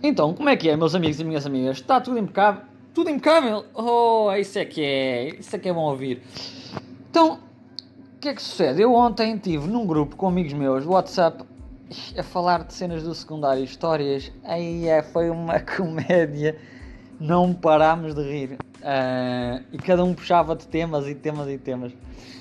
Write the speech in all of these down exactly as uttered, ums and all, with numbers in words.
Então, como é que é, meus amigos e minhas amigas? Está tudo impecável? Tudo impecável? Oh, isso é que é, isso é que é bom ouvir. Então, o que é que sucede? Eu ontem estive num grupo com amigos meus, WhatsApp, a falar de cenas do secundário, histórias. Aí é, foi uma comédia, não parámos de rir. Uh, e cada um puxava de temas e temas e temas.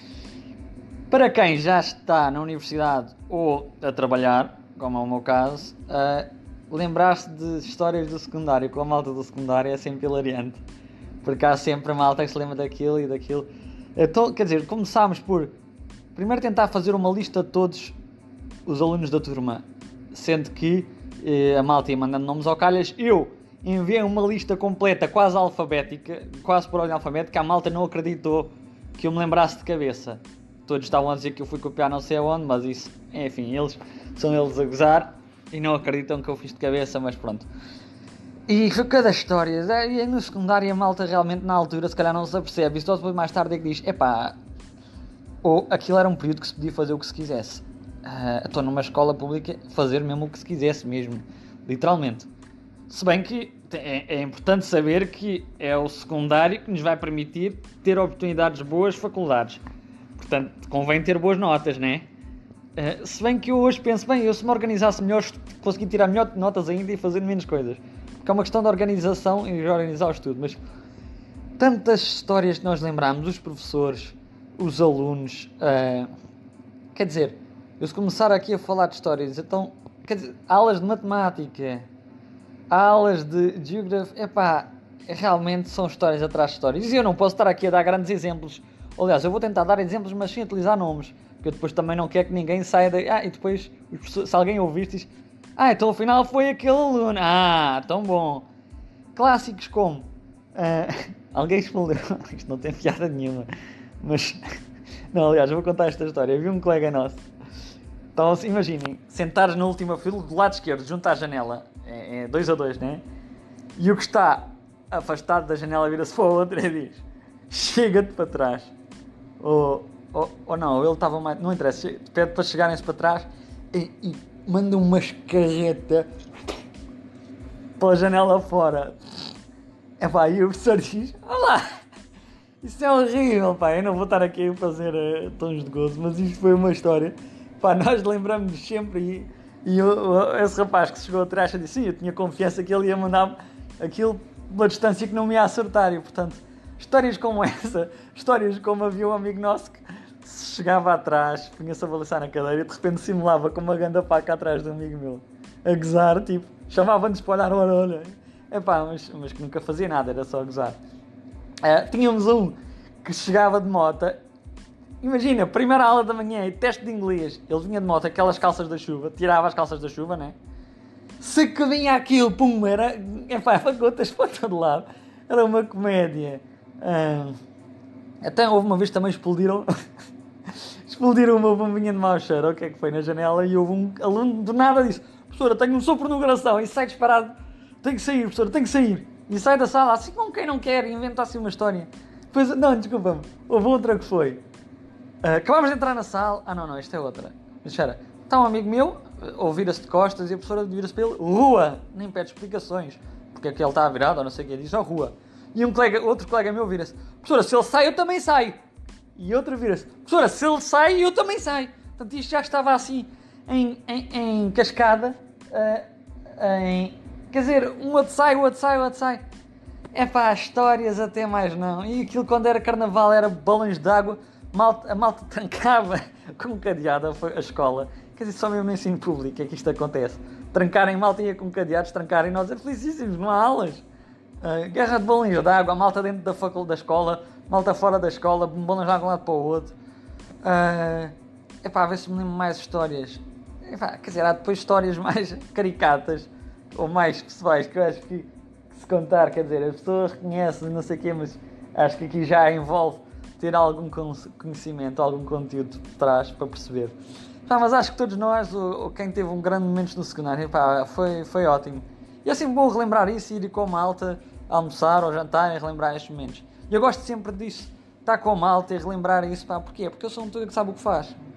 Para quem já está na universidade ou a trabalhar, como é o meu caso, uh, lembrar-se de histórias do secundário com a malta do secundário é sempre hilariante, porque há sempre a malta que se lembra daquilo e daquilo. Então, quer dizer, começámos por primeiro tentar fazer uma lista de todos os alunos da turma, sendo que eh, a malta ia mandando nomes ao calhas. Eu enviei uma lista completa, quase alfabética, quase por ordem alfabética. A malta não acreditou que eu me lembrasse de cabeça. Todos estavam a dizer que eu fui copiar não sei aonde, mas isso, enfim, eles são eles a gozar e não acreditam que eu fiz de cabeça, mas pronto. E foi cada história. E no secundário a malta realmente na altura se calhar não se apercebe. E só depois mais tarde é que diz, epá, ou aquilo era um período que se podia fazer o que se quisesse. Uh, estou numa escola pública, fazer mesmo o que se quisesse mesmo, literalmente. Se bem que é, é importante saber que é o secundário que nos vai permitir ter oportunidades boas faculdades. Portanto, convém ter boas notas, não é? Uh, se bem que eu hoje penso, bem, eu se me organizasse melhor, consegui tirar melhor notas ainda e fazer menos coisas. Porque é uma questão de organização e de organizar o estudo. Mas tantas histórias que nós lembramos, os professores, os alunos, uh, quer dizer, eu se começar aqui a falar de histórias, então, quer dizer, aulas de matemática, aulas de geografia, epá, realmente são histórias atrás de histórias. E eu não posso estar aqui a dar grandes exemplos. Aliás, eu vou tentar dar exemplos, mas sem utilizar nomes. Porque eu depois também não quero que ninguém saia daí. Ah, e depois, se alguém ouvir, diz, ah, então afinal foi aquele aluno. Ah, tão bom. Clássicos como... Uh, alguém respondeu... Isto não tem piada nenhuma. Mas... Não, aliás, eu vou contar esta história. Eu vi um colega nosso. Então, imaginem, sentados na última fila, do lado esquerdo, junto à janela. É, é dois a dois, né? E o que está afastado da janela vira-se para o outro e diz, chega-te para trás. Ou, ou, ou não, ele estava mais... Não interessa, pede para chegarem-se para trás e, e manda uma escarreta pela janela fora. É pá, e o professor diz, olá, isso é horrível, pá, eu não vou estar aqui a fazer uh, tons de gozo, mas isto foi uma história. Pá, nós lembramos-nos sempre e, e eu, esse rapaz que chegou atrás disse, sim, eu tinha confiança que ele ia mandar aquilo pela distância que não me ia acertar e, portanto, histórias como essa, histórias como havia um amigo nosso que chegava atrás, punha-se a balançar na cadeira e de repente simulava com uma ganda paca atrás do amigo meu, a gozar, tipo, chamava-nos para olhar, olha, olha, epá, mas, mas que nunca fazia nada, era só gozar. Uh, tínhamos um que chegava de moto, imagina, primeira aula da manhã e teste de inglês, ele vinha de moto, aquelas calças da chuva, tirava as calças da chuva, né? Se que vinha aquilo, pum, era, epá, fagotas para todo lado, era uma comédia. Uh, até houve uma vez também explodiram explodiram uma bombinha de mau cheiro, o que é que foi, na janela, e houve um aluno do nada disse, professora, tenho um sopro no coração, e sai disparado, tenho que sair, professora, tenho que sair, e sai da sala, assim como quem não quer, e inventa assim uma história. Depois, não, desculpa-me, houve outra que foi, uh, acabámos de entrar na sala, ah não, não, isto é outra, mas espera, está um amigo meu, ou vira-se de costas, e a professora vira-se para ele, rua, nem pede explicações, porque é que ele está virado, ou não sei o que, diz, ó, rua. E um colega, outro colega meu vira-se, professora, se ele sai, eu também saio. E outro vira-se, professora, se ele sai, eu também saio. Portanto, isto já estava assim, em, em, em cascada, uh, em, quer dizer, um outro sai, o outro sai, o outro sai. É pá, histórias até mais não. E aquilo quando era carnaval era balões de água, malta, a malta trancava com cadeado a escola. Quer dizer, só mesmo no ensino público é que isto acontece. Trancarem malta ia com cadeados, trancarem nós, é felicíssimos, não há aulas. Uh, guerra de balões de água, a malta dentro da faculdade da escola, malta fora da escola, balões de água de um lado para o outro. Uh, epá, a ver se me lembro mais histórias. Epá, quer dizer, há depois histórias mais caricatas ou mais pessoais que eu acho que, que se contar, quer dizer, as pessoas reconhecem, não sei o quê, mas acho que aqui já envolve ter algum conhecimento, algum conteúdo por trás para perceber. Epá, mas acho que todos nós, ou, ou quem teve um grande momento no secundário, epá, foi, foi ótimo. E é sempre bom relembrar isso e ir com a malta a almoçar ou jantar e relembrar estes momentos. E eu gosto sempre disso, estar com a malta e relembrar isso, pá, porquê? Porque eu sou um tudo que sabe o que faz.